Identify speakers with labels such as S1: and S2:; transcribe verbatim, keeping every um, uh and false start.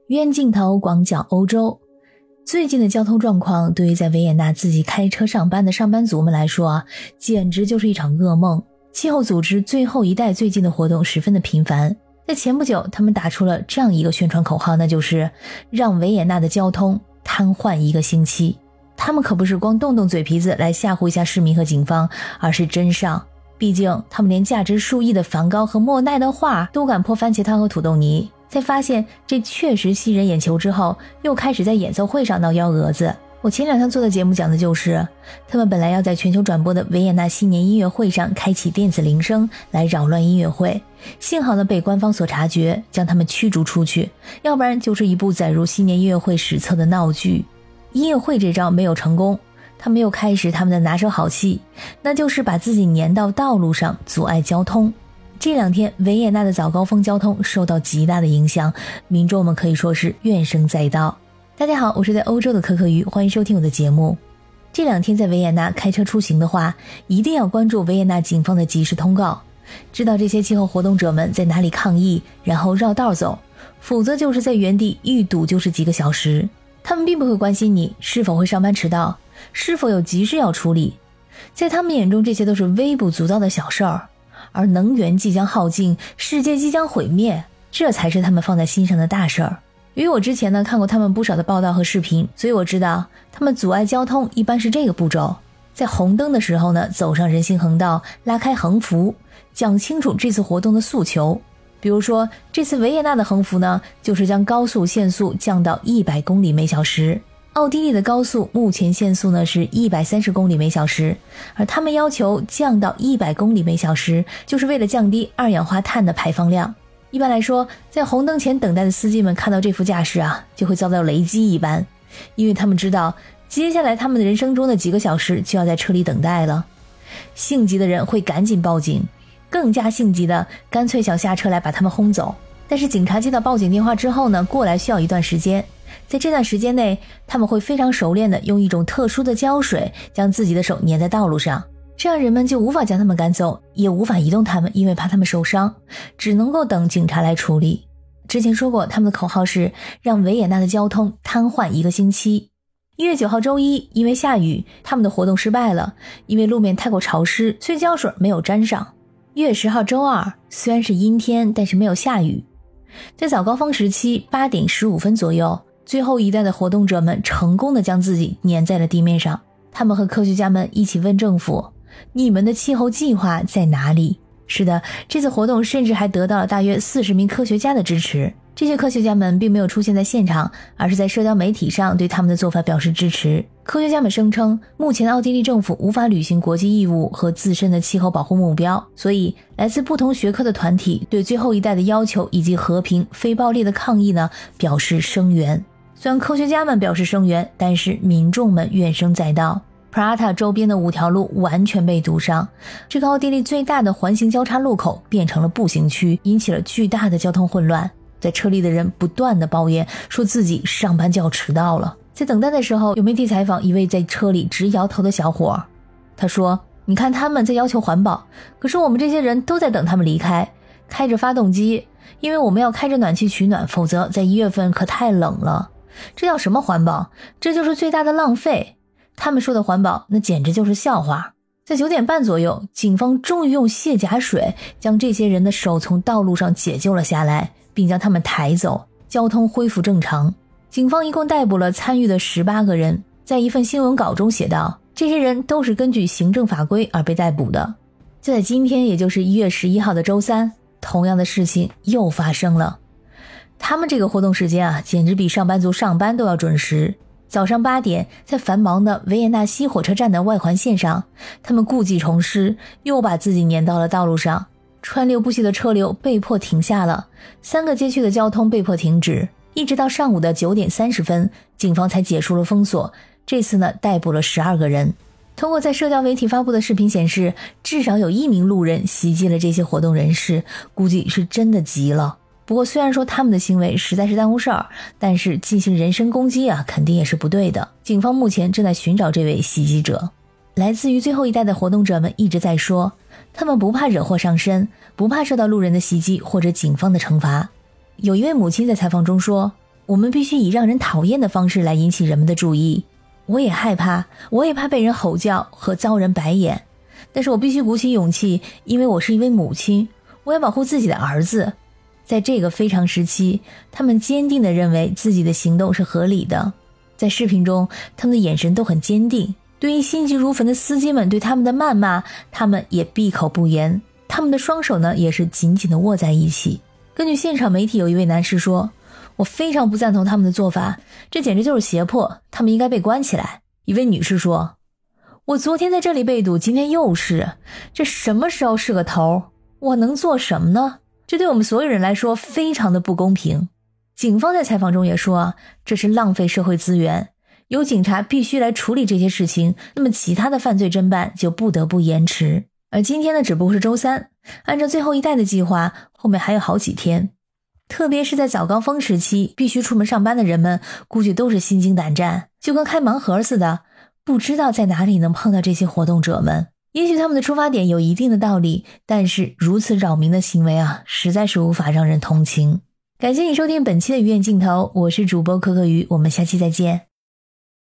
S1: 远镜头广角欧洲。最近的交通状况对于在维也纳自己开车上班的上班族们来说啊，简直就是一场噩梦。气候组织最后一代最近的活动十分的频繁，在前不久他们打出了这样一个宣传口号，那就是让维也纳的交通瘫痪一个星期。他们可不是光动动嘴皮子来吓唬一下市民和警方，而是真上。毕竟他们连价值数亿的梵高和莫奈的画都敢泼番茄汤和土豆泥，在发现这确实吸人眼球之后，又开始在演奏会上闹幺蛾子。我前两天做的节目讲的就是他们本来要在全球转播的维也纳新年音乐会上开启电子铃声来扰乱音乐会，幸好呢被官方所察觉，将他们驱逐出去，要不然就是一部载入新年音乐会史册的闹剧。音乐会这招没有成功，他们又开始他们的拿手好戏，那就是把自己粘到道路上，阻碍交通。这两天维也纳的早高峰交通受到极大的影响，民众们可以说是怨声载道。大家好，我是在欧洲的可可鱼，欢迎收听我的节目。这两天在维也纳开车出行的话，一定要关注维也纳警方的即时通告，知道这些气候活动者们在哪里抗议，然后绕道走，否则就是在原地一堵就是几个小时。他们并不会关心你是否会上班迟到，是否有急事要处理，在他们眼中这些都是微不足道的小事儿，而能源即将耗尽，世界即将毁灭，这才是他们放在心上的大事儿。因为我之前呢看过他们不少的报道和视频，所以我知道他们阻碍交通一般是这个步骤：在红灯的时候呢，走上人行横道，拉开横幅，讲清楚这次活动的诉求。比如说这次维也纳的横幅呢，就是将高速限速降到一百公里每小时。奥地利的高速目前限速呢是一百三十公里每小时，而他们要求降到一百公里每小时，就是为了降低二氧化碳的排放量。一般来说，在红灯前等待的司机们看到这副架势啊，就会遭到雷击一般，因为他们知道接下来他们的人生中的几个小时就要在车里等待了。性急的人会赶紧报警，更加性急的干脆想下车来把他们轰走。但是警察接到报警电话之后呢，过来需要一段时间，在这段时间内，他们会非常熟练的用一种特殊的胶水将自己的手粘在道路上，这样人们就无法将他们赶走，也无法移动他们，因为怕他们受伤，只能够等警察来处理。之前说过，他们的口号是让维也纳的交通瘫痪一个星期。一月九号周一，因为下雨，他们的活动失败了，因为路面太过潮湿，所以胶水没有沾上。一月十号周二，虽然是阴天，但是没有下雨。在早高峰时期八点十五分左右，最后一代的活动者们成功的将自己粘在了地面上。他们和科学家们一起问政府，你们的气候计划在哪里？是的，这次活动甚至还得到了大约四十名科学家的支持。这些科学家们并没有出现在现场，而是在社交媒体上对他们的做法表示支持。科学家们声称，目前奥地利政府无法履行国际义务和自身的气候保护目标，所以来自不同学科的团体对最后一代的要求以及和平非暴力的抗议呢表示声援。虽然科学家们表示声援，但是民众们怨声载道。普拉塔周边的五条路完全被堵上，这个奥地利最大的环形交叉路口变成了步行区，引起了巨大的交通混乱。在车里的人不断的抱怨，说自己上班就要迟到了。在等待的时候，有媒体采访一位在车里直摇头的小伙，他说，你看他们在要求环保，可是我们这些人都在等他们离开，开着发动机，因为我们要开着暖气取暖，否则在一月份可太冷了。这叫什么环保？这就是最大的浪费。他们说的环保，那简直就是笑话。在九点半左右，警方终于用卸甲水将这些人的手从道路上解救了下来，并将他们抬走，交通恢复正常。警方一共逮捕了参与的十八个人，在一份新闻稿中写道，这些人都是根据行政法规而被逮捕的。就在今天，也就是一月十一号的周三，同样的事情又发生了。他们这个活动时间啊，简直比上班族上班都要准时。早上八点，在繁忙的维也纳西火车站的外环线上，他们故技重施，又把自己粘到了道路上，川流不息的车流被迫停下了，三个街区的交通被迫停止，一直到上午的九点三十分，警方才结束了封锁。这次呢，逮捕了十二个人。通过在社交媒体发布的视频显示，至少有一名路人袭击了这些活动人士，估计是真的急了。不过虽然说他们的行为实在是耽误事儿，但是进行人身攻击啊，肯定也是不对的。警方目前正在寻找这位袭击者。来自于最后一代的活动者们一直在说，他们不怕惹祸上身，不怕受到路人的袭击或者警方的惩罚。有一位母亲在采访中说， 我们必须以让人讨厌的方式来引起人们的注意。我也害怕，我也怕被人吼叫和遭人白眼，但是我必须鼓起勇气，因为我是一位母亲，我要保护自己的儿子。在这个非常时期，他们坚定地认为自己的行动是合理的。在视频中，他们的眼神都很坚定，对于心急如焚的司机们对他们的谩骂，他们也闭口不言，他们的双手呢也是紧紧地握在一起。根据现场媒体，有一位男士说，我非常不赞同他们的做法，这简直就是胁迫，他们应该被关起来。一位女士说，我昨天在这里被堵，今天又是，这什么时候是个头？我能做什么呢？这对我们所有人来说非常的不公平。警方在采访中也说，这是浪费社会资源，有警察必须来处理这些事情，那么其他的犯罪侦办就不得不延迟。而今天呢，只不过是周三，按照最后一代的计划，后面还有好几天。特别是在早高峰时期，必须出门上班的人们估计都是心惊胆战，就跟开盲盒似的，不知道在哪里能碰到这些活动者们。也许他们的出发点有一定的道理，但是如此扰民的行为啊，实在是无法让人同情。感谢你收听本期的鱼眼镜头，我是主播可可鱼，我们下期再见。